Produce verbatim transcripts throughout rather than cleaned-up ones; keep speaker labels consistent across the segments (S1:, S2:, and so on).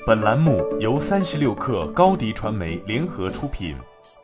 S1: 本栏目由三十六氪高迪传媒联合出品。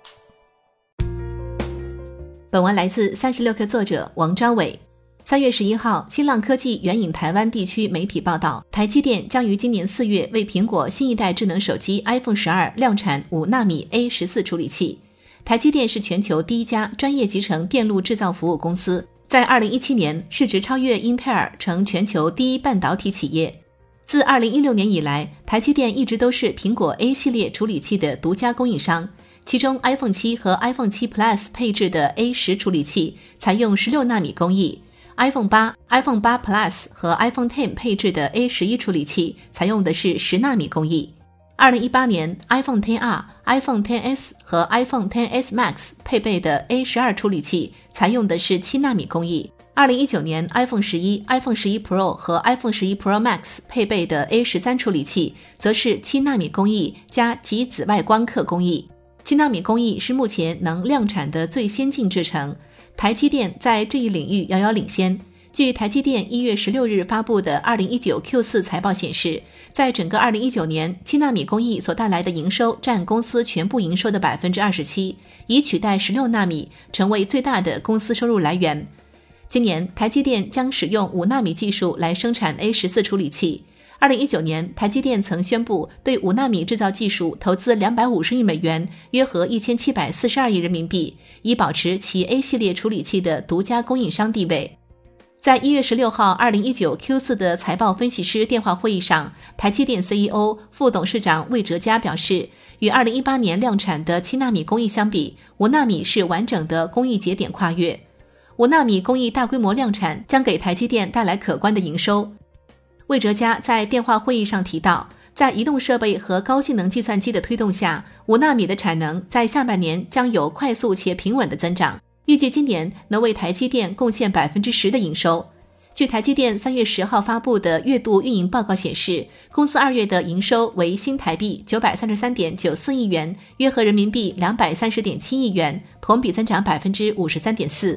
S2: 本文来自三十六氪作者王昭伟。三月十一号，新浪科技援引台湾地区媒体报道，台积电将于今年四月为苹果新一代智能手机 iPhone 十二量产五纳米 A 十四 处理器。台积电是全球第一家专业集成电路制造服务公司，在二零一七年市值超越英特尔，成全球第一半导体企业。自二零一六年以来，台积电一直都是苹果 A 系列处理器的独家供应商，其中 iPhone 七和 iPhone 七 Plus 配置的 A 十 处理器采用十六纳米工艺， iPhone 八、iPhone 八 Plus 和 iPhone 十配置的 A 十一 处理器采用的是十纳米工艺。二零一八年 iPhone 十 R、iPhone 十 S 和 iPhone 十 S Max 配备的 A 十二 处理器采用的是七纳米工艺。二零一九年 iPhone 十一、iPhone 十一 Pro 和 iPhone 十一 Pro Max 配备的 A 十三 处理器则是七纳米工艺加极紫外光刻工艺。七纳米工艺是目前能量产的最先进制程，台积电在这一领域遥遥领先。据台积电一月十六日发布的二零一九 Q 四 财报显示，在整个二零一九年，七纳米工艺所带来的营收占公司全部营收的 百分之二十七， 已取代十六纳米成为最大的公司收入来源。今年台积电将使用五纳米技术来生产 A 十四 处理器。二零一九年，台积电曾宣布对五纳米制造技术投资两百五十亿美元，约合一千七百四十二亿人民币，以保持其 A 系列处理器的独家供应商地位。在一月十六号二零一九 Q 四 的财报分析师电话会议上，台积电 C E O 副董事长魏哲嘉表示，与二零一八年量产的七纳米工艺相比，五纳米是完整的工艺节点跨越。五纳米工艺大规模量产将给台积电带来可观的营收。魏哲嘉在电话会议上提到，在移动设备和高性能计算机的推动下，五纳米的产能在下半年将有快速且平稳的增长，预计今年能为台积电贡献 百分之十 的营收。据台积电三月十号发布的月度运营报告显示，公司二月的营收为新台币 九百三十三点九四亿元，约合人民币 两百三十点七亿元，同比增长 百分之五十三点四。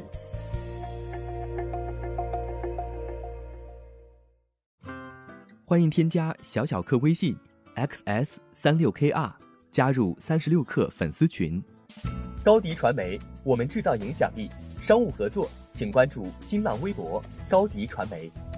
S3: 欢迎添加小小客微信 X S 三六 K R 加入三十六氪粉丝群。
S4: 高迪传媒，我们制造影响力。商务合作请关注新浪微博高迪传媒。